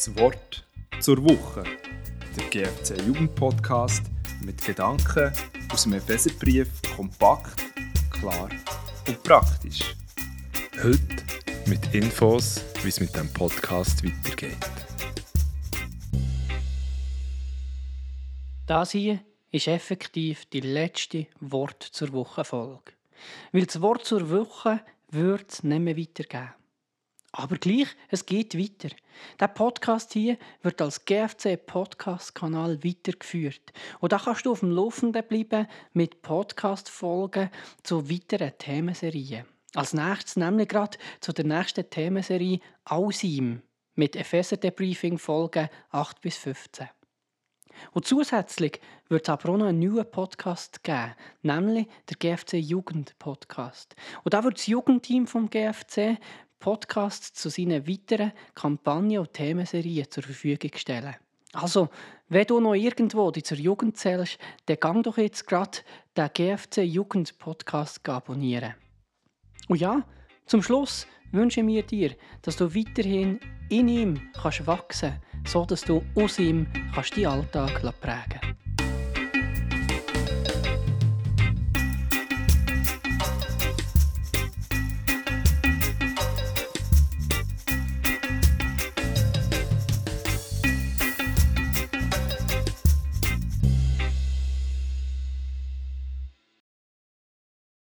Das Wort zur Woche. Der GFC Jugendpodcast mit Gedanken aus dem Epheserbrief kompakt, klar und praktisch. Heute mit Infos, wie es mit dem Podcast weitergeht. Das hier ist effektiv die letzte Wort zur Woche-Folge. Weil das Wort zur Woche wird es nicht mehr weitergeben. Aber gleich, es geht weiter. Der Podcast hier wird als GFC-Podcast-Kanal weitergeführt. Und da kannst du auf dem Laufenden bleiben mit Podcast-Folgen zu weiteren Themenserien. Als nächstes nämlich gerade zu der nächsten Themenserie «Allseim» mit Epheser-Debriefing-Folgen 8 bis 15. Und zusätzlich wird es aber auch noch einen neuen Podcast geben, nämlich der GFC Jugend Podcast. Und da wird das Jugendteam vom GFC Podcasts zu seinen weiteren Kampagnen und Themenserien zur Verfügung stellen. Also, wenn du noch irgendwo dich zur Jugend zählst, dann gang doch jetzt gerade den GFC Jugend Podcast abonnieren. Und ja, zum Schluss wünsche ich dir, dass du weiterhin in ihm wachsen kannst, sodass du aus ihm deinen Alltag prägen kannst.